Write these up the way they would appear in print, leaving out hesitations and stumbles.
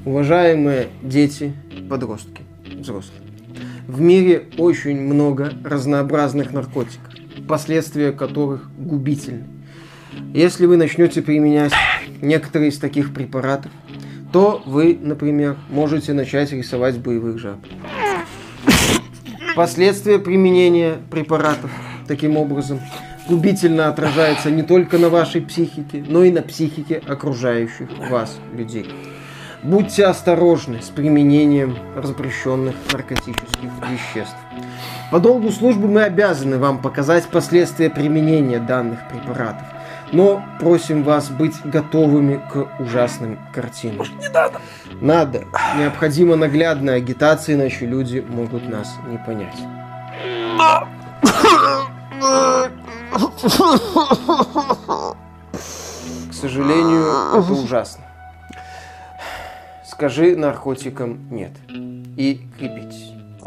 Уважаемые дети, подростки, взрослые, в мире очень много разнообразных наркотиков, последствия которых губительны. Если вы начнете применять некоторые из таких препаратов, то вы, например, можете начать рисовать боевых жаб. Последствия применения препаратов таким образом губительно отражается не только на вашей психике, но и на психике окружающих вас людей. Будьте осторожны с применением запрещенных наркотических веществ. По долгу службы мы обязаны вам показать последствия применения данных препаратов, но просим вас быть готовыми к ужасным картинам. Может, не надо? Надо. Необходима наглядная агитация, иначе люди могут нас не понять. К сожалению, это ужасно. Скажи наркотикам нет. И крепитесь.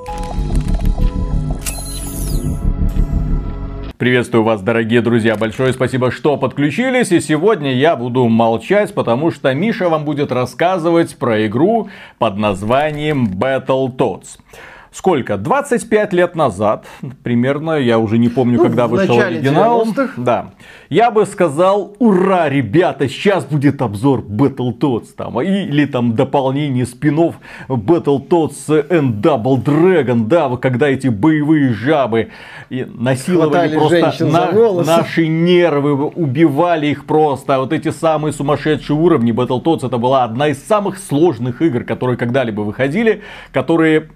Приветствую вас, дорогие друзья. Большое спасибо, что подключились. И сегодня я буду молчать, потому что Миша вам будет рассказывать про игру под названием Battletoads. Сколько? 25 лет назад, примерно, я уже не помню, когда вышел оригинал. 90-х. Да. Я бы сказал, ура, ребята, сейчас будет обзор Battletoads там, или там дополнение спин-офф Battletoads and Double Dragon, да, когда эти боевые жабы насиловали просто наши нервы, убивали их просто. Вот эти самые сумасшедшие уровни. Battletoads это была одна из самых сложных игр, которые когда-либо выходили, которую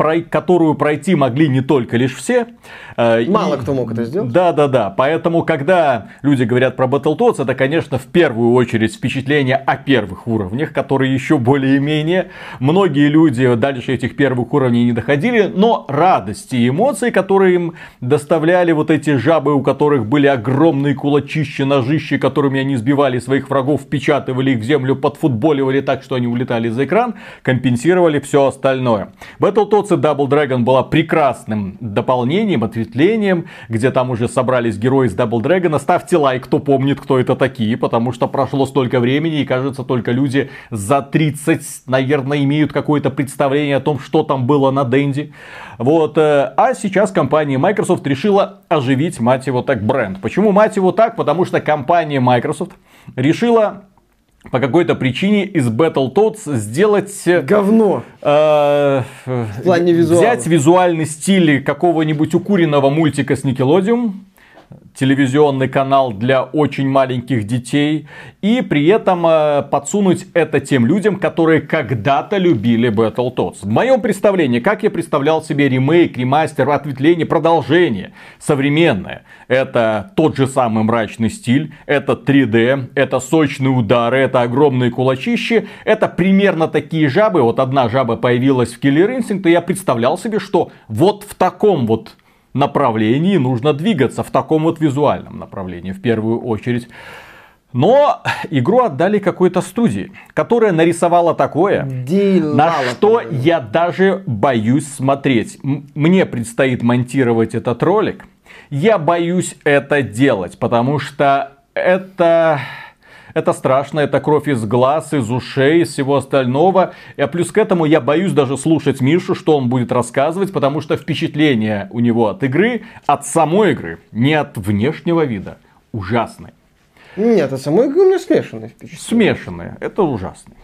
пройти могли не только лишь все. Мало кто мог это сделать. Да. Поэтому, когда люди говорят про Battletoads, это, конечно, в первую очередь впечатление о первых уровнях, которые еще более-менее. Многие люди дальше этих первых уровней не доходили, но радости и эмоции, которые им доставляли вот эти жабы, у которых были огромные кулачища, ножища, которыми они сбивали своих врагов, впечатывали их в землю, подфутболивали так, что они улетали за экран, компенсировали все остальное. Battletoads и Double Dragon была прекрасным дополнением, ответвлением, где там уже собрались герои из Double Dragon. Ставьте лайк, кто помнит, кто это такие, потому что прошло столько времени, и кажется, только люди за 30, наверное, имеют какое-то представление о том, что там было на Денди. Вот. А сейчас компания Microsoft решила оживить, мать его так, бренд. Почему мать его так? Потому что компания Microsoft решила по какой-то причине из Battletoads сделать говно. В плане визуала. Взять визуальный стиль какого-нибудь укуренного мультика с Nickelodeon, телевизионный канал для очень маленьких детей, и при этом подсунуть это тем людям, которые когда-то любили Battletoads. В моем представлении, как я представлял себе ремейк, ремастер, ответвление, продолжение современное, это тот же самый мрачный стиль, это 3D, это сочные удары, это огромные кулачищи, это примерно такие жабы. Вот одна жаба появилась в Killer Instinct, и я представлял себе, что вот в таком вот направлении нужно двигаться, в таком вот визуальном направлении в первую очередь. Но игру отдали какой-то студии, которая нарисовала такое, на что я даже боюсь смотреть. Мне предстоит монтировать этот ролик. Я боюсь это делать, потому что это страшно, это кровь из глаз, из ушей, из всего остального. И плюс к этому я боюсь даже слушать Мишу, что он будет рассказывать, потому что впечатление у него от игры, от самой игры, не от внешнего вида, ужасное. Нет, от самой игры у меня смешанные впечатления. Смешанные, это ужасно.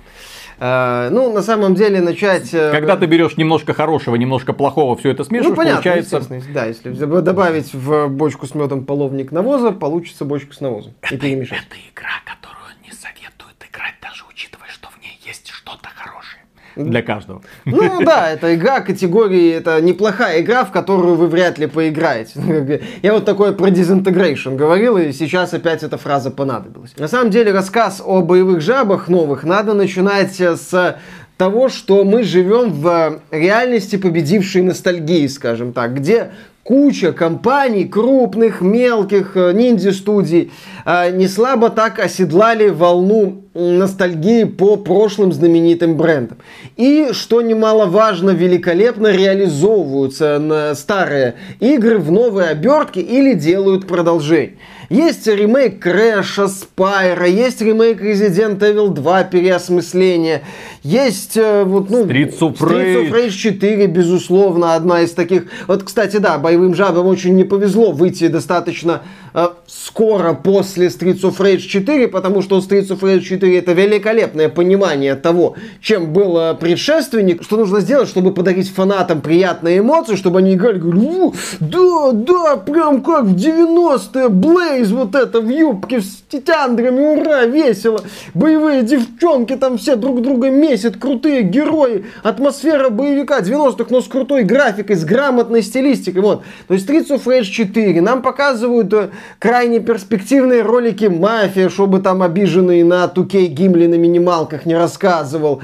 Ну, на самом деле, начать... Когда ты берешь немножко хорошего, немножко плохого, все это смешиваешь, понятно, получается... Да, если добавить в бочку с медом половник навоза, получится бочка с навозом. И перемешать. Это игра, которую не советуют играть, даже учитывая, что в ней есть что-то хорошее. Для каждого. Ну да, это игра категории, это неплохая игра, в которую вы вряд ли поиграете. Я вот такое про Disintegration говорил, и сейчас опять эта фраза понадобилась. На самом деле рассказ о боевых жабах новых надо начинать с того, что мы живем в реальности победившей ностальгии, скажем так, где куча компаний, крупных, мелких, ниндзя-студий, не слабо так оседлали волну ностальгии по прошлым знаменитым брендам. И, что немаловажно, великолепно реализовываются старые игры в новые обертки или делают продолжение. Есть ремейк Крэша, Спайра, есть ремейк Resident Evil 2 переосмысление, есть Streets of Rage 4, безусловно, одна из таких. Вот, кстати, да, боевым жанрам очень не повезло выйти достаточно скоро после Streets of Rage 4, потому что Streets of Rage 4 это великолепное понимание того, чем был предшественник, что нужно сделать, чтобы подарить фанатам приятные эмоции, чтобы они играли, говорили, да, прям как в 90-е, Блейз вот это в юбке с титяндрами, ура, весело, боевые девчонки там все друг друга месят, крутые герои, атмосфера боевика 90-х, но с крутой графикой, с грамотной стилистикой, вот. То есть Streets of Rage 4 нам показывают крайне перспективные ролики «Мафия», чтобы там обиженный на 2K Гимли на минималках не рассказывал.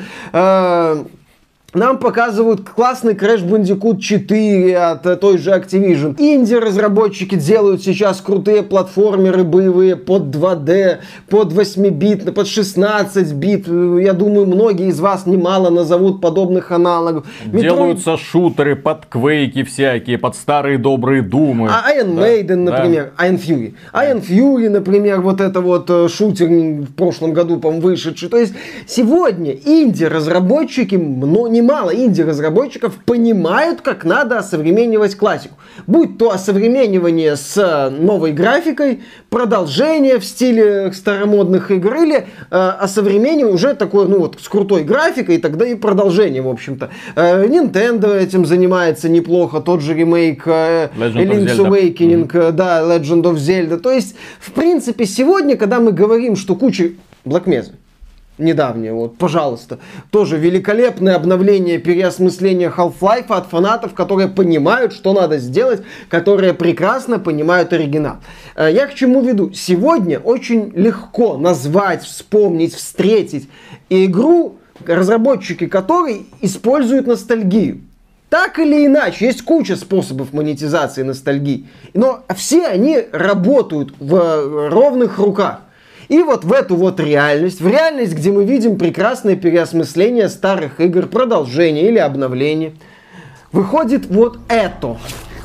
Нам показывают классный Crash Bandicoot 4 от той же Activision. Инди-разработчики делают сейчас крутые платформеры боевые под 2D, под 8-бит, под 16 бит. Я думаю, многие из вас немало назовут подобных аналогов. Делаются шутеры под квейки всякие, под старые добрые думы. Iron Maiden, например, Iron Fury. Iron Fury, например, вот это вот шутер в прошлом году, по-моему, вышедший. То есть сегодня инди-разработчики, немало инди-разработчиков понимают, как надо осовременивать классику. Будь то осовременивание с новой графикой, продолжение в стиле старомодных игр, или осовременивание уже такое, с крутой графикой, и тогда и продолжение, в общем-то. Nintendo этим занимается неплохо, тот же ремейк Link's Awakening, да, Legend of Zelda. То есть, в принципе, сегодня, когда мы говорим, что куча Black Mesa, недавнее, вот, пожалуйста. Тоже великолепное обновление, переосмысление Half-Life от фанатов, которые понимают, что надо сделать, которые прекрасно понимают оригинал. Я к чему веду? Сегодня очень легко назвать, вспомнить, встретить игру, разработчики которой используют ностальгию. Так или иначе, есть куча способов монетизации ностальгии, но все они работают в ровных руках. И вот в эту вот реальность, в реальность, где мы видим прекрасное переосмысление старых игр, продолжение или обновление, выходит вот это.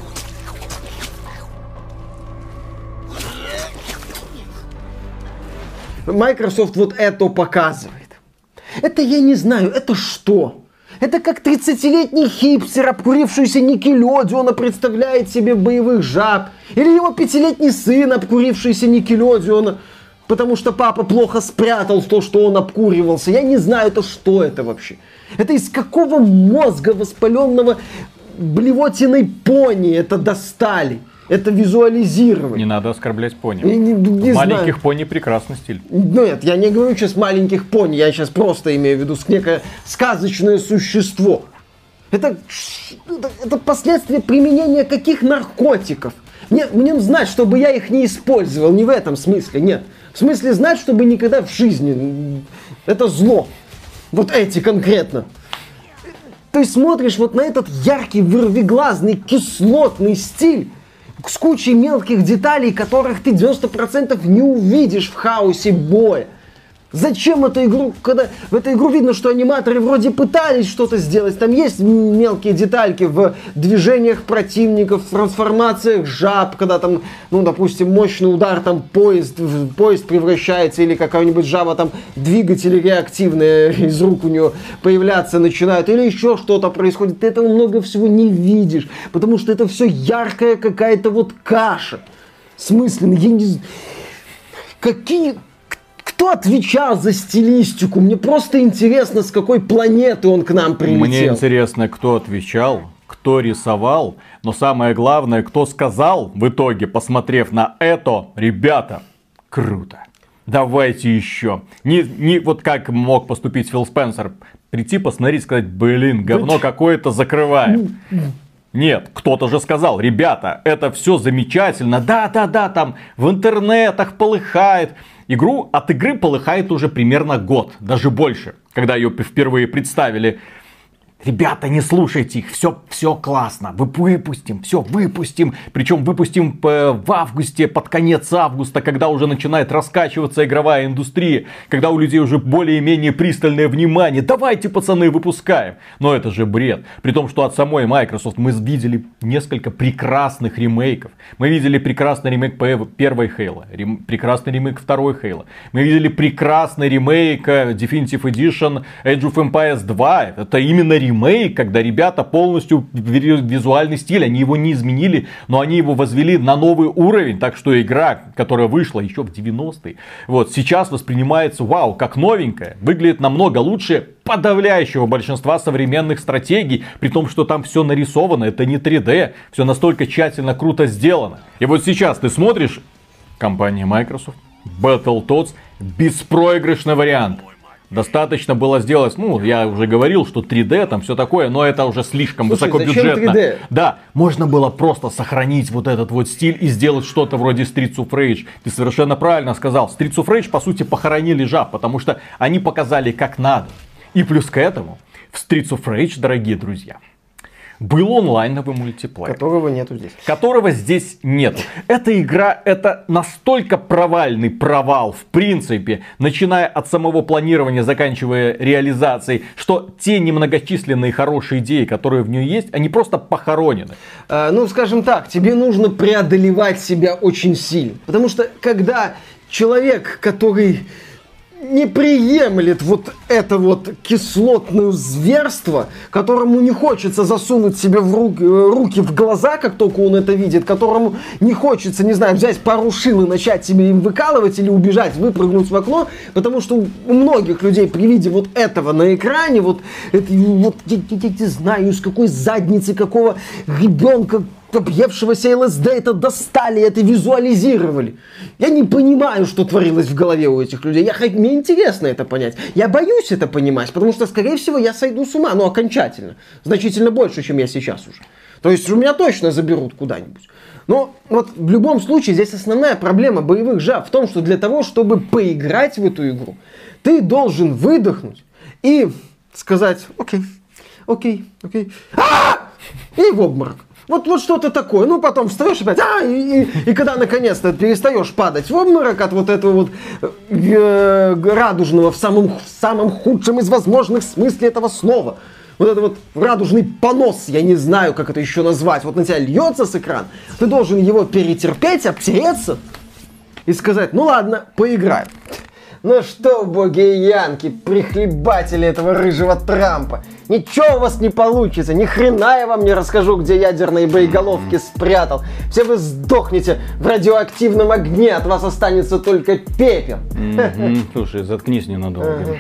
Microsoft вот это показывает. Это я не знаю, это что? Это как 30-летний хипстер, обкурившийся Никелодеона, представляет себе боевых жаб. Или его 5-летний сын, обкурившийся Никелодеона, потому что папа плохо спрятал то, что он обкуривался. Я не знаю, это что это вообще. Это из какого мозга воспаленного блевотиной пони это достали? Это визуализировать. Не надо оскорблять пони. Не Маленьких знаю. Пони прекрасный стиль. Нет, я не говорю сейчас маленьких пони. Я сейчас просто имею в виду некое сказочное существо. Это последствия применения каких наркотиков? Мне знать, чтобы я их не использовал. Не в этом смысле, нет. В смысле знать, чтобы никогда в жизни. Это зло. Вот эти конкретно. Ты смотришь вот на этот яркий, вырвиглазный, кислотный стиль с кучей мелких деталей, которых ты 90% не увидишь в хаосе боя. Зачем эту игру, когда в эту игру видно, что аниматоры вроде пытались что-то сделать, там есть мелкие детальки в движениях противников, в трансформациях жаб, когда там, допустим, мощный удар, там поезд превращается, или какая-нибудь жаба, там двигатели реактивные из рук у нее появляться начинают, или еще что-то происходит, ты этого много всего не видишь, потому что это все яркая какая-то вот каша. В смысле, я не знаю, кто отвечал за стилистику? Мне просто интересно, с какой планеты он к нам прилетел. Мне интересно, кто отвечал, кто рисовал, но самое главное, кто сказал в итоге, посмотрев на это, ребята, круто, давайте еще. Не вот как мог поступить Фил Спенсер, прийти посмотреть, сказать, блин, говно какое-то закрываем. Нет, кто-то же сказал, ребята, это все замечательно, да, там в интернетах полыхает. От игры полыхает уже примерно год, даже больше, когда ее впервые представили. Ребята, не слушайте их, все классно, выпустим. Причем выпустим в августе, под конец августа, когда уже начинает раскачиваться игровая индустрия, когда у людей уже более-менее пристальное внимание. Давайте, пацаны, выпускаем. Но это же бред. При том, что от самой Microsoft мы видели несколько прекрасных ремейков. Мы видели прекрасный ремейк первой Halo, прекрасный ремейк второй Halo. Мы видели прекрасный ремейк Definitive Edition Age of Empires 2. Это именно ремейк, когда ребята полностью визуальный стиль, они его не изменили, но они его возвели на новый уровень. Так что игра, которая вышла еще в 90-е, вот сейчас воспринимается, вау, как новенькая. Выглядит намного лучше подавляющего большинства современных стратегий, при том, что там все нарисовано, это не 3D, все настолько тщательно круто сделано. И вот сейчас ты смотришь, компания Microsoft, Battletoads, беспроигрышный вариант. Достаточно было сделать, я уже говорил, что 3D, там все такое, но это уже слишком высокобюджетно. 3D? Да, можно было просто сохранить вот этот вот стиль и сделать что-то вроде Streets of Rage. Ты совершенно правильно сказал, Streets of Rage по сути похоронили жаб, потому что они показали как надо. И плюс к этому, в Streets of Rage, дорогие друзья, был онлайновый мультиплеер. Которого нету здесь. Которого здесь нету. Эта игра, это настолько провальный провал, в принципе, начиная от самого планирования, заканчивая реализацией, что те немногочисленные хорошие идеи, которые в ней есть, они просто похоронены. Скажем так, тебе нужно преодолевать себя очень сильно. Потому что, когда человек, который не приемлет вот это вот кислотное зверство, которому не хочется засунуть себе руки в глаза, как только он это видит, которому не хочется, не знаю, взять пару шил и начать себе им выкалывать или убежать, выпрыгнуть в окно, потому что у многих людей при виде вот этого на экране, я не знаю, из какой задницы, какого ребенка, объевшегося ЛСД, это достали, это визуализировали. Я не понимаю, что творилось в голове у этих людей. Мне интересно это понять. Я боюсь это понимать, потому что, скорее всего, я сойду с ума, окончательно. Значительно больше, чем я сейчас уже. То есть, меня точно заберут куда-нибудь. Но в любом случае, здесь основная проблема боевых жаб в том, что для того, чтобы поиграть в эту игру, ты должен выдохнуть и сказать, окей. И в обморок. Вот что-то такое. Потом встаешь опять, и когда наконец-то перестаешь падать в обморок от вот этого радужного в самом худшем из возможных смысле этого слова. Вот это радужный понос, я не знаю, как это еще назвать, на тебя льется с экрана. Ты должен его перетерпеть, обтереться и сказать, ладно, поиграем. Что, боги и янки, прихлебатели этого рыжего Трампа, ничего у вас не получится, ни хрена я вам не расскажу, где ядерные боеголовки спрятал. Все вы сдохнете в радиоактивном огне, от вас останется только пепел. Слушай, заткнись ненадолго.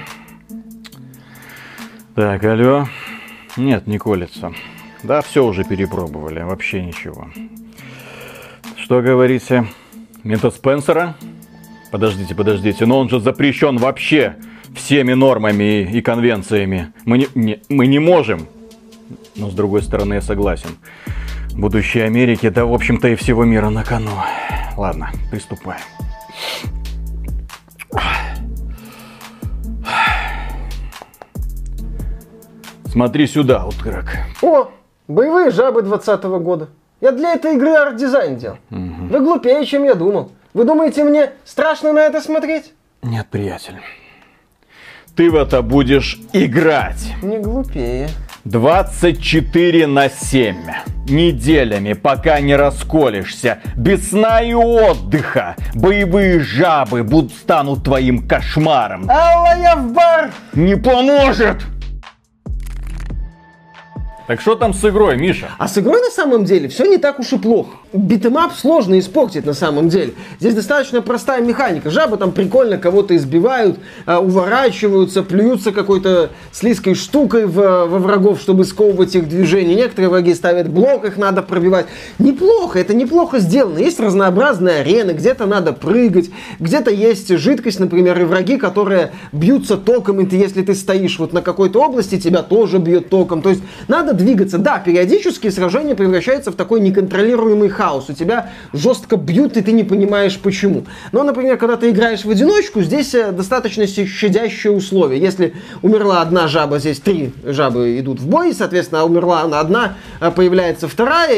Так, алло. Нет, не колется. Да, все уже перепробовали, вообще ничего. Что говорите? Метод Спенсера? Подождите, но он же запрещен вообще всеми нормами и конвенциями. Мы не можем. Но с другой стороны, я согласен. Будущее Америки, да в общем-то и всего мира на кону. Ладно, приступаем. Смотри сюда, утрак. Боевые жабы 2020 года. Я для этой игры арт-дизайн делал. Вы глупее, чем я думал. Вы думаете, мне страшно на это смотреть? Нет, приятель. Ты в это будешь играть. Не глупее. 24/7. Неделями, пока не расколешься. Без сна и отдыха. Боевые жабы станут твоим кошмаром. Алла, я в бар! Не поможет! Так что там с игрой, Миша? А с игрой на самом деле все не так уж и плохо. Битэмап сложно испортить на самом деле. Здесь достаточно простая механика. Жабы там прикольно кого-то избивают, уворачиваются, плюются какой-то слизкой штукой во врагов, чтобы сковывать их движение. Некоторые враги ставят блок, их надо пробивать. Неплохо, это неплохо сделано. Есть разнообразные арены, где-то надо прыгать, где-то есть жидкость, например, и враги, которые бьются током, и если ты стоишь на какой-то области, тебя тоже бьет током. То есть надо двигаться. Да, периодически сражение превращается в такой неконтролируемый хаос. У тебя жестко бьют, и ты не понимаешь почему. Но, например, когда ты играешь в одиночку, здесь достаточно щадящие условия. Если умерла одна жаба, здесь 3 жабы идут в бой, соответственно, умерла она одна, появляется вторая,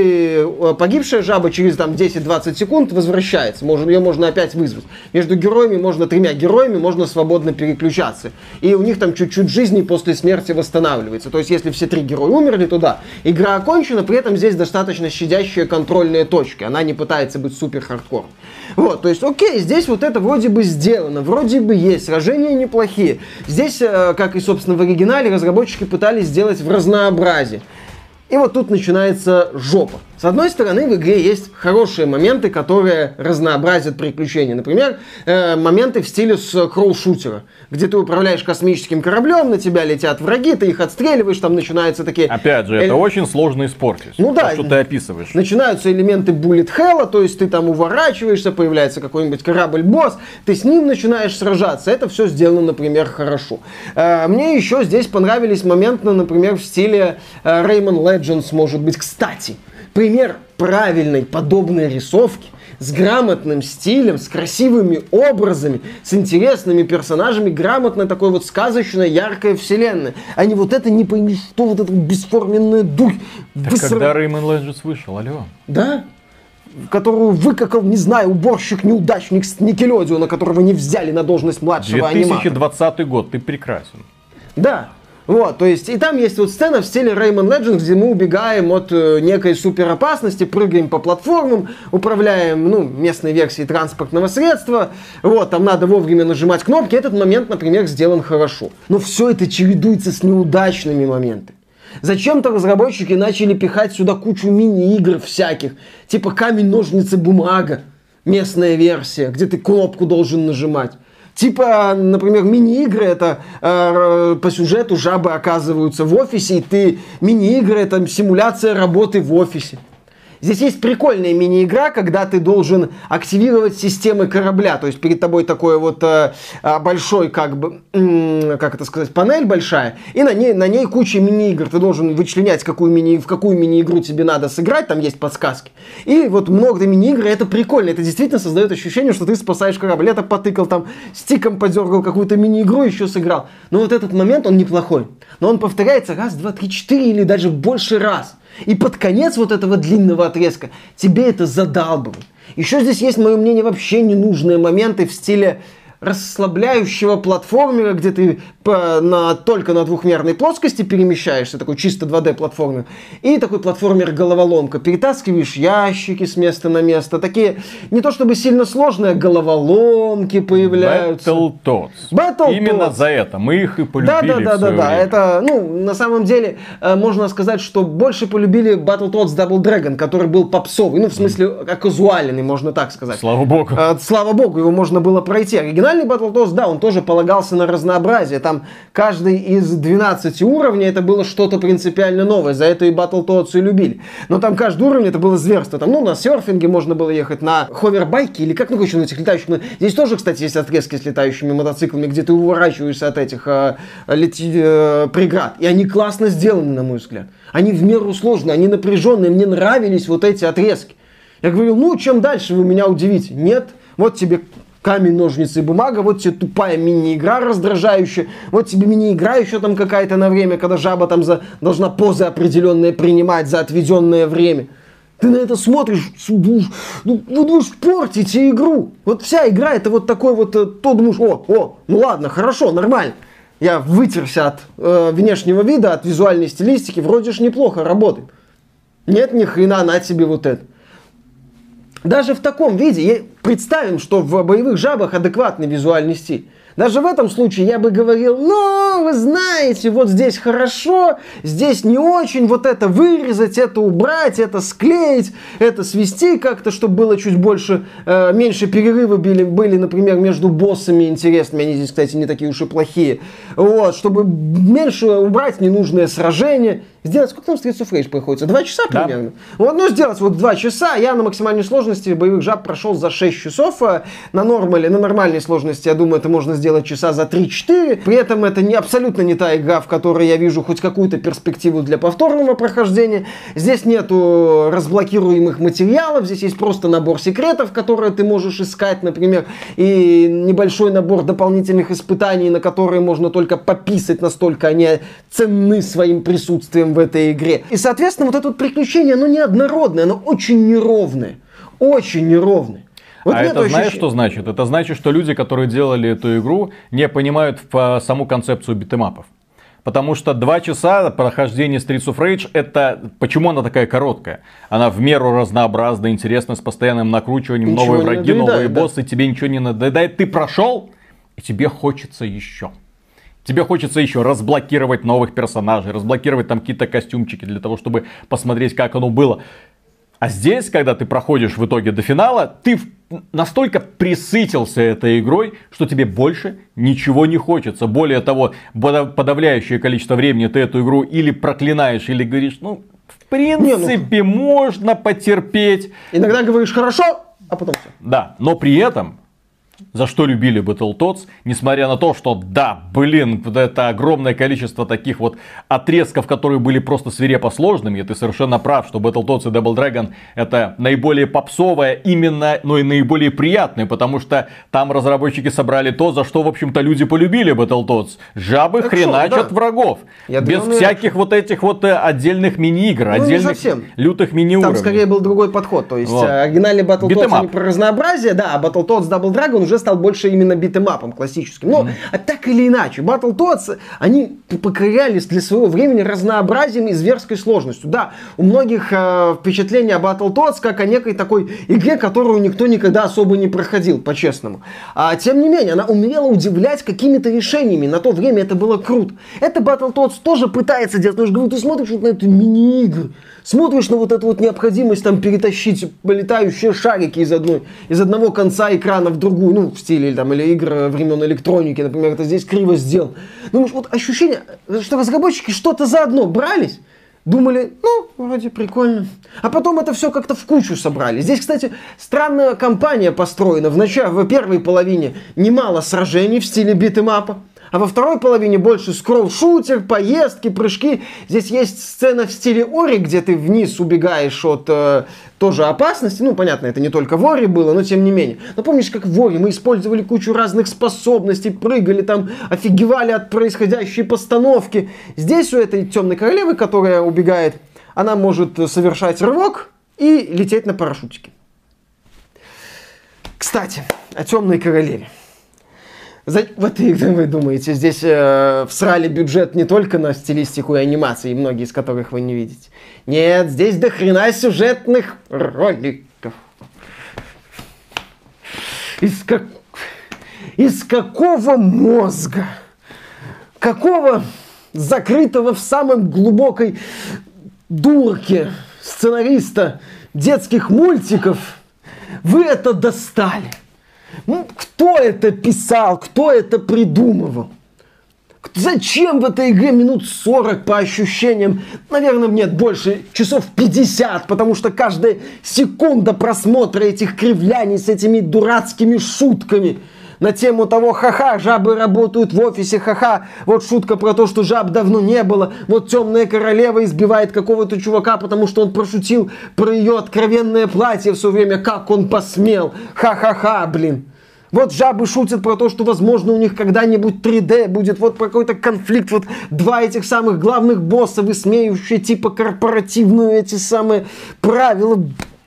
и погибшая жаба через там 10-20 секунд возвращается. Ее можно опять вызвать. Между героями можно 3 героями можно свободно переключаться. И у них там чуть-чуть жизни после смерти восстанавливается. То есть, если все 3 героя умерли, то да, игра окончена, при этом здесь достаточно щадящие контрольные точки. Она не пытается быть супер хардкор. Вот, то есть, окей, здесь вот это вроде бы сделано, вроде бы есть, сражения неплохие. Здесь, как и, собственно, в оригинале, разработчики пытались сделать в разнообразии. И вот тут начинается жопа. С одной стороны, в игре есть хорошие моменты, которые разнообразят приключения. Например, моменты в стиле скролл-шутера, где ты управляешь космическим кораблем, на тебя летят враги, ты их отстреливаешь, там начинаются такие... Опять же, это очень сложно испортить, ну, да, что ты описываешь. Начинаются элементы bullet hell, то есть ты там уворачиваешься, появляется какой-нибудь корабль-босс, ты с ним начинаешь сражаться. Это все сделано, например, хорошо. Мне еще здесь понравились моменты, например, в стиле Rayman Legends, может быть, кстати. Пример правильной подобной рисовки с грамотным стилем, с красивыми образами, с интересными персонажами, грамотно такой вот сказочная, яркая вселенная. А не вот это не пойми что, вот это бесформенная дурь. Так когда Rayman Legends вышел, алло? Да? Которую выкакал, не знаю, уборщик-неудачник с Никелодеона, которого не взяли на должность младшего аниматора. 2020 год, ты прекрасен. Да. Вот, то есть, и там есть вот сцена в стиле Rayman Legends, где мы убегаем от некой суперопасности, прыгаем по платформам, управляем, ну, местной версией транспортного средства, вот, там надо вовремя нажимать кнопки, этот момент, например, сделан хорошо. Но все это чередуется с неудачными моментами. Зачем-то разработчики начали пихать сюда кучу мини-игр всяких, типа камень, ножницы, бумага, местная версия, где ты кнопку должен нажимать. Типа, например, мини-игры, это по сюжету жабы оказываются в офисе, и ты мини-игры, это симуляция работы в офисе. Здесь есть прикольная мини-игра, когда ты должен активировать системы корабля. То есть перед тобой такой вот большой, как бы, как это сказать, панель большая, и на ней куча мини-игр. Ты должен вычленять, в какую мини-игру тебе надо сыграть, там есть подсказки. И вот много мини-игр, это прикольно. Это действительно создает ощущение, что ты спасаешь корабль. Это потыкал, там, стиком подергал какую-то мини-игру, еще сыграл. Но вот этот момент, он неплохой. Но он повторяется раз, два, три, 4 или даже больше раз. И под конец вот этого длинного отрезка тебе это задалбывает. Еще здесь есть, мое мнение, вообще ненужные моменты в стиле расслабляющего платформера, где ты только на двухмерной плоскости перемещаешься, такой чисто 2D платформер, и такой платформер-головоломка. Перетаскиваешь ящики с места на место. Такие, не то чтобы сильно сложные, головоломки появляются. Battletoads. Именно за это мы их и полюбили. Да. Это, ну, на самом деле, можно сказать, что больше полюбили Battletoads Double Dragon, который был попсовый. Ну, в смысле, казуальный, можно так сказать. Слава богу. Слава богу, его можно было пройти. Оригинальный Battletoads, да, он тоже полагался на разнообразие. Там каждый из 12 уровней это было что-то принципиально новое. За это и Battletoads и любили. Но там каждый уровень это было зверство. Там, ну, на серфинге можно было ехать, на ховербайке или как, ну, еще на этих летающих. Здесь тоже, кстати, есть отрезки с летающими мотоциклами, где ты уворачиваешься от этих преград. И они классно сделаны, на мой взгляд. Они в меру сложные, они напряженные. Мне нравились вот эти отрезки. Я говорил, ну, чем дальше вы меня удивите? Нет, вот тебе камень, ножницы и бумага, вот тебе тупая мини-игра раздражающая, вот тебе мини-игра еще там какая-то на время, когда жаба там должна позы определенные принимать за отведенное время. Ты на это смотришь, ну думаешь, портите игру. Вот вся игра это вот такой вот, то думаешь, ну ладно, хорошо, нормально. Я вытерся от внешнего вида, от визуальной стилистики, вроде ж неплохо работает. Нет, ни хрена, на тебе вот это. Даже в таком виде, представим, что в боевых жабах адекватный визуальный стиль. Даже в этом случае я бы говорил, ну, вы знаете, вот здесь хорошо, здесь не очень, вот это вырезать, это убрать, это склеить, это свести как-то, чтобы было чуть больше, меньше перерывы были, например, между боссами интересными, они здесь, кстати, не такие уж и плохие, вот, чтобы меньше убрать ненужные сражения. Сделать, сколько там Streets of Rage приходится? 2 часа Да. примерно? Вот, ну, сделать вот 2 часа. Я на максимальной сложности боевых жаб прошел за 6 часов. На нормальной сложности, я думаю, это можно сделать часа за 3-4. При этом это абсолютно не та игра, в которой я вижу хоть какую-то перспективу для повторного прохождения. Здесь нету разблокируемых материалов. Здесь есть просто набор секретов, которые ты можешь искать, например. И небольшой набор дополнительных испытаний, на которые можно только пописать, настолько они ценны своим присутствием в этой игре. И, соответственно, вот это вот приключение, оно неоднородное, оно очень неровное. Очень неровное. Вот это знаешь, что значит? Это значит, что люди, которые делали эту игру, не понимают саму концепцию битэмапов. Потому что 2 часа прохождения Streets of Rage, это почему она такая короткая? Она в меру разнообразна, интересна, с постоянным накручиванием, ничего новые враги, новые да. боссы, тебе ничего не надоедает. Ты прошел, и тебе хочется еще. Тебе хочется еще разблокировать новых персонажей, разблокировать там какие-то костюмчики для того, чтобы посмотреть, как оно было. А здесь, когда ты проходишь в итоге до финала, ты настолько присытился этой игрой, что тебе больше ничего не хочется. Более того, подавляющее количество времени ты эту игру или проклинаешь, или говоришь, ну, в принципе, можно потерпеть. Иногда говоришь хорошо, а потом все. Да, но при этом... За что любили Battletoads, несмотря на то, что да, вот это огромное количество таких вот отрезков, которые были просто свирепо сложными, и ты совершенно прав, что Battletoads и Double Dragon это наиболее попсовое именно, но и наиболее приятное, потому что там разработчики собрали то, за что, в общем-то, люди полюбили Battletoads. Жабы так хреначат врагов. Без всяких вот этих вот отдельных мини-игр, отдельных лютых мини-уровней. Там скорее был другой подход, то есть оригинальный Battletoads не про разнообразие, да, а Battletoads Double Dragon уже стал больше именно битэмапом классическим. Но так или иначе, Battletoads, они покорялись для своего времени разнообразием и зверской сложностью. Да, у многих впечатление о Battletoads как о некой такой игре, которую никто никогда особо не проходил, по-честному. А тем не менее, она умела удивлять какими-то решениями. На то время это было круто. Это Battletoads тоже пытается делать. Потому что ты смотришь вот на эту мини-игру, смотришь на вот эту вот необходимость там перетащить летающие шарики из одного конца экрана в другую, ну, в стиле там, или игр времен электроники, например, это здесь криво сделано. Ну, вот ощущение, что разработчики что-то заодно брались, думали, ну, вроде прикольно. А потом это все как-то в кучу собрали. Здесь, кстати, странная кампания построена. В первой половине немало сражений в стиле битэмапа. А во второй половине больше скролл-шутер, поездки, прыжки. Здесь есть сцена в стиле Ори, где ты вниз убегаешь от тоже опасности. Ну, понятно, это не только в Ори было, но тем не менее. Но помнишь, как в Ори мы использовали кучу разных способностей, прыгали там, офигевали от происходящей постановки. Здесь у этой темной королевы, которая убегает, она может совершать рывок и лететь на парашютике. Кстати, о темной королеве. Вот вы думаете, здесь всрали бюджет не только на стилистику и анимации, многие из которых вы не видите. Нет, здесь до хрена сюжетных роликов. Из какого мозга? Какого закрытого в самой глубокой дурке сценариста детских мультиков вы это достали? Ну, кто это писал, кто это придумывал? Зачем в этой игре минут 40 по ощущениям? Наверное, нет, больше часов 50, потому что каждая секунда просмотра этих кривляний с этими дурацкими шутками на тему того, ха-ха, жабы работают в офисе, ха-ха, вот шутка про то, что жаб давно не было, вот темная королева избивает какого-то чувака, потому что он прошутил про ее откровенное платье в свое время, как он посмел, ха-ха-ха, блин. Вот жабы шутят про то, что, возможно, у них когда-нибудь 3D будет, вот какой-то конфликт, вот два этих самых главных босса, высмеивающие типа корпоративную эти самые правила.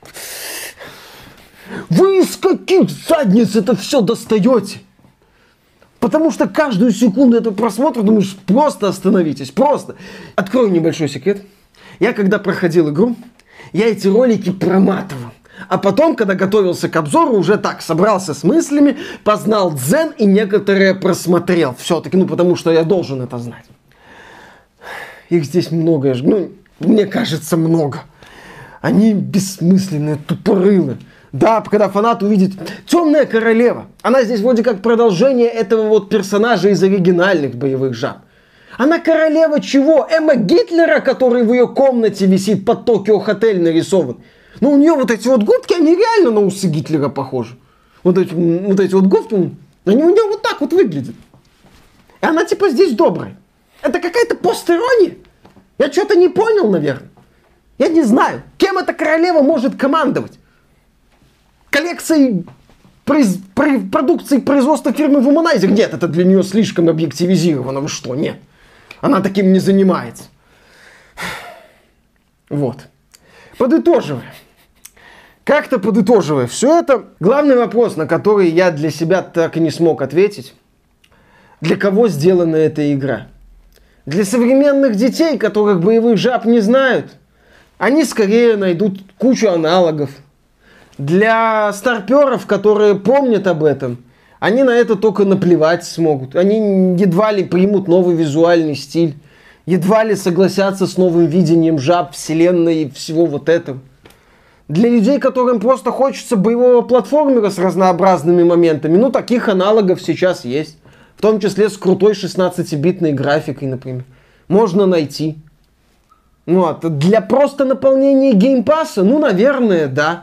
Вы из каких задниц это все достаете? Потому что каждую секунду этого просмотра думаешь, просто остановитесь, просто. Открою небольшой секрет. Я когда проходил игру, я эти ролики проматывал. А потом, когда готовился к обзору, уже так, собрался с мыслями, познал дзен и некоторые просмотрел. Все-таки, ну потому что я должен это знать. Их здесь много, ну, мне кажется, много. Они бессмысленные, тупорылые. Да, когда фанат увидит темная королева, она здесь вроде как продолжение этого вот персонажа из оригинальных боевых жаб. Она королева чего? Эмма Гитлера, который в ее комнате висит под Токио Хотель нарисован. Ну, у нее вот эти вот губки, они реально на усы Гитлера похожи. Вот эти вот губки, они у нее вот так вот выглядят. И она типа здесь добрая. Это какая-то пост-ирония. Я что-то не понял, наверное. Я не знаю, кем эта королева может командовать. Коллекцией продукции производства фирмы Womanizer? Нет, это для нее слишком объективизировано. Вы что, нет. Она таким не занимается. Вот. Подытоживая. Как-то подытоживая все это, главный вопрос, на который я для себя так и не смог ответить. Для кого сделана эта игра? Для современных детей, которых боевых жаб не знают, они скорее найдут кучу аналогов. Для старперов, которые помнят об этом, они на это только наплевать смогут. Они едва ли примут новый визуальный стиль, едва ли согласятся с новым видением жаб, вселенной и всего вот этого. Для людей, которым просто хочется боевого платформера с разнообразными моментами, ну, таких аналогов сейчас есть. В том числе с крутой 16-битной графикой, например. Можно найти. Вот. Для просто наполнения геймпасса, ну, наверное, да.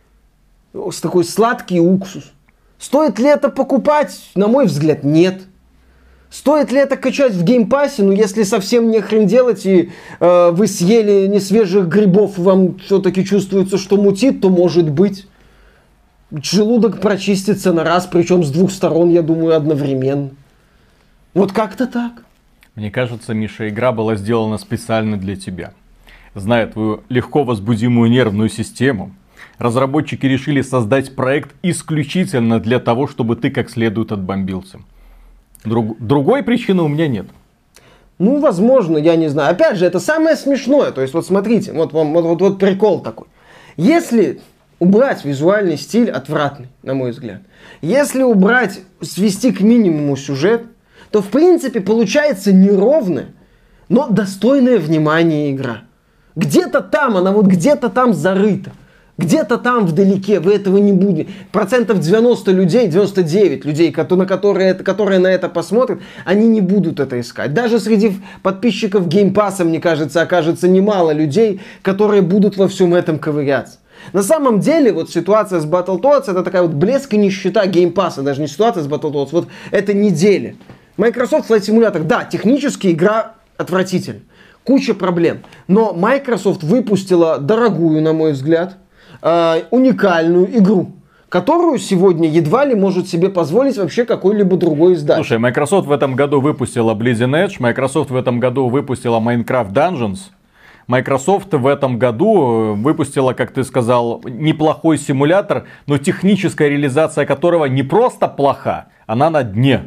С такой сладкий уксус. Стоит ли это покупать? На мой взгляд, нет. Стоит ли это качать в геймпассе? Ну, если совсем не хрен делать, и вы съели несвежих грибов, вам все-таки чувствуется, что мутит, то может быть. Желудок прочистится на раз, причем с двух сторон, я думаю, одновременно. Вот как-то так. Мне кажется, Миша, игра была сделана специально для тебя. Зная твою легко возбудимую нервную систему, разработчики решили создать проект исключительно для того, чтобы ты как следует отбомбился. Другой причины у меня нет. Ну, возможно, я не знаю. Опять же, это самое смешное. То есть, вот смотрите, вот прикол такой. Если убрать визуальный стиль отвратный, на мой взгляд, если убрать, свести к минимуму сюжет, то, в принципе, получается неровная, но достойная внимания игра. Где-то там, она вот где-то там зарыта. Где-то там вдалеке, вы этого не будете. 90% людей, 99 людей, которые на это посмотрят, они не будут это искать. Даже среди подписчиков Game Pass'а, мне кажется, окажется немало людей, которые будут во всем этом ковыряться. На самом деле, вот ситуация с Battletoads, это такая вот блеск и нищета Game Pass'а, даже не ситуация с Battletoads, вот это неделя. Microsoft Flight Simulator, да, технически игра отвратительна, куча проблем, но Microsoft выпустила дорогую, на мой взгляд, уникальную игру, которую сегодня едва ли может себе позволить вообще какой-либо другой издатель. Слушай, Microsoft в этом году выпустила Bleeding Edge, Microsoft в этом году выпустила Minecraft Dungeons, Microsoft в этом году выпустила, как ты сказал, неплохой симулятор, но техническая реализация которого не просто плоха, она на дне.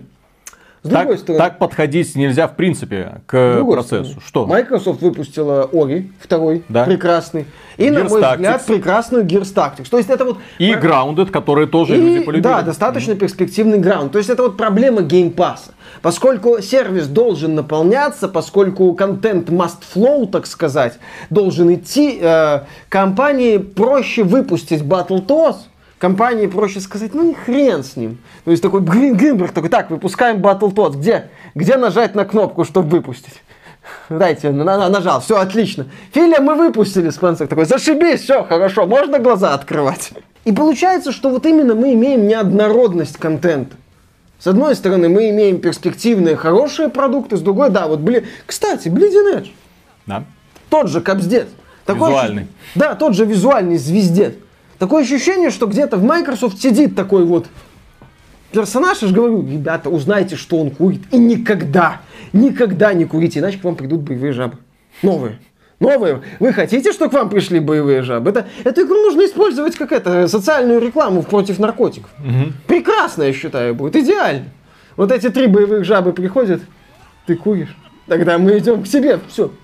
Так подходить нельзя в принципе к процессу. Что? Microsoft выпустила Ori 2, да, прекрасный. И, Gears на мой Tactics. взгляд, прекрасную Gears Tactics. То есть это вот... И Grounded, который тоже люди полюбили. Да, достаточно перспективный Ground. То есть это вот проблема Game Pass'а. Поскольку сервис должен наполняться, поскольку контент must flow, так сказать, должен идти, компании проще выпустить Battletoads, компании проще сказать, ну и хрен с ним. То есть такой Гринберг такой, так, выпускаем Battletoads, где нажать на кнопку, чтобы выпустить? Дайте, нажал, все, отлично. Филя, мы выпустили, Спенсер такой, зашибись, все, хорошо, можно глаза открывать. И получается, что вот именно мы имеем неоднородность контента. С одной стороны, мы имеем перспективные, хорошие продукты, с другой, да, вот, кстати, Bleeding Edge. Да. Тот же капздец. Визуальный. Да, тот же визуальный звездец. Такое ощущение, что где-то в Microsoft сидит такой вот персонаж, я же говорю, ребята, узнайте, что он курит, и никогда не курите, иначе к вам придут боевые жабы. Новые. Вы хотите, чтобы к вам пришли боевые жабы? Эту игру нужно использовать как социальную рекламу против наркотиков. Угу. Прекрасно, я считаю, будет. Идеально. Вот эти 3 боевых жабы приходят, ты куришь, тогда мы идем к себе, все.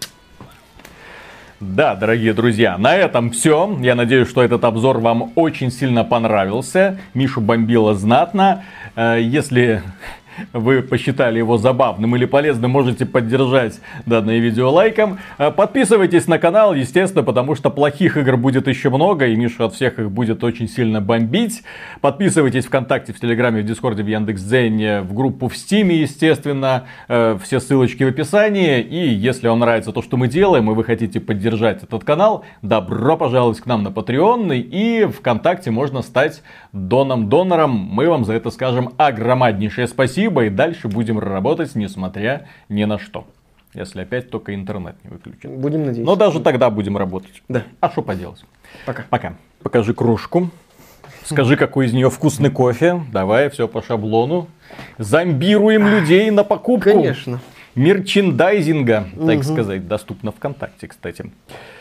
Да, дорогие друзья, на этом все. Я надеюсь, что этот обзор вам очень сильно понравился. Мишу бомбило знатно. Если вы посчитали его забавным или полезным, можете поддержать данное видео лайком. Подписывайтесь на канал, естественно, потому что плохих игр будет еще много, и Миша от всех их будет очень сильно бомбить. Подписывайтесь ВКонтакте, в Телеграме, в Дискорде, в Яндекс.Дзене, в группу в Стиме, естественно. Все ссылочки в описании. И если вам нравится то, что мы делаем, и вы хотите поддержать этот канал, добро пожаловать к нам на Patreon. И ВКонтакте можно стать донором. Мы вам за это скажем огромнейшее спасибо. И дальше будем работать, несмотря ни на что. Если опять только интернет не выключен. Будем надеяться. Но даже тогда будем работать. Да. А что поделать? Пока. Пока. Покажи кружку. Скажи, какой из нее вкусный кофе. Давай, все по шаблону. Зомбируем людей на покупку. Конечно. Мерчендайзинга, так сказать. Доступно ВКонтакте, кстати.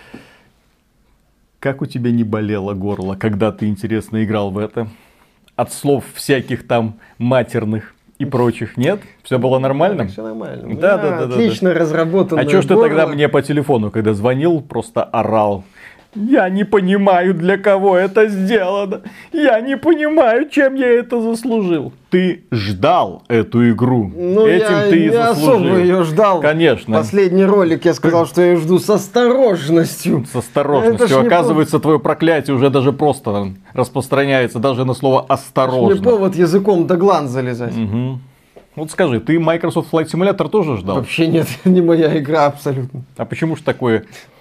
Как у тебя не болело горло, когда ты, интересно, играл в это? От слов всяких там матерных и прочих, нет? Все было нормально? Все нормально. Да. Отлично разработано. А что ж ты тогда мне по телефону, когда звонил, просто орал? Я не понимаю, для кого это сделано. Я не понимаю, чем я это заслужил. Ты ждал эту игру. Этим ты и заслужил. Я особо ее ждал. Конечно. Последний ролик я сказал, что я ее жду с осторожностью. С осторожностью. Оказывается, твое проклятие уже даже просто распространяется даже на слово осторожно. Не повод языком до глан залезать. Угу. Вот скажи, ты Microsoft Flight Simulator тоже ждал? Вообще нет, не моя игра абсолютно. А почему ж такое?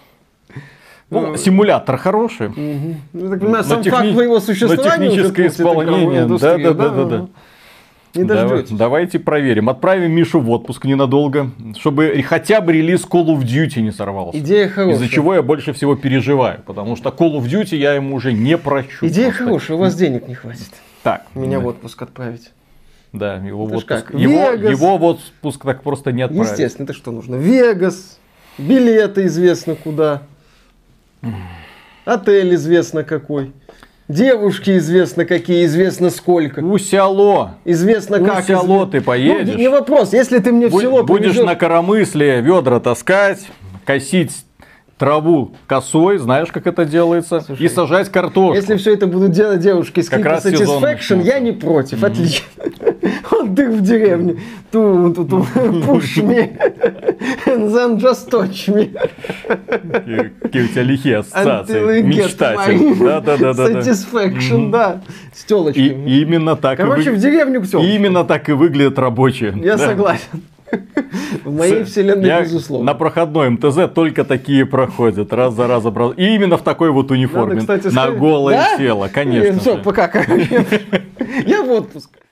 Ну, симулятор хороший. Я так понимаю, сам факт моего существования уже техническое исполнение. Да. Не дождётесь. Давайте проверим. Отправим Мишу в отпуск ненадолго, чтобы хотя бы релиз Call of Duty не сорвался. Идея хорошая. Из-за чего я больше всего переживаю. Потому что Call of Duty я ему уже не прощу. Идея хорошая, у вас денег не хватит. Так. Меня в отпуск отправить. Да, его в Это ж отпуск. как? Его в отпуск так просто не отправить. Естественно, это что нужно? Вегас, билеты известно куда. Отель известно какой. Девушки известно какие, известно сколько. Усяло. Известно как. Усяло ты поедешь. Ну, не вопрос, если ты мне в село Будешь привезёшь- на коромысле ведра таскать, косить траву косой, знаешь, как это делается, и сажать картошку. Если все это будут делать девушки с Как клипа раз сезон Satisfaction, начнется. я не против, отлично. Отдых в деревне. Push me. And then just touch me. Какие у тебя лихие Until ассоциации. you get Мечтатель. my Да. Satisfaction, да. С телочками. И именно так Короче, в деревню к тёлке. именно так и выглядят рабочие. Я Да. согласен. В моей вселенной, Я безусловно. на проходной МТЗ только такие проходят. Раз за разом. И именно в такой вот униформе. Надо, кстати, На сказать. голое Да? тело, конечно Все, же. пока. Я в отпуск.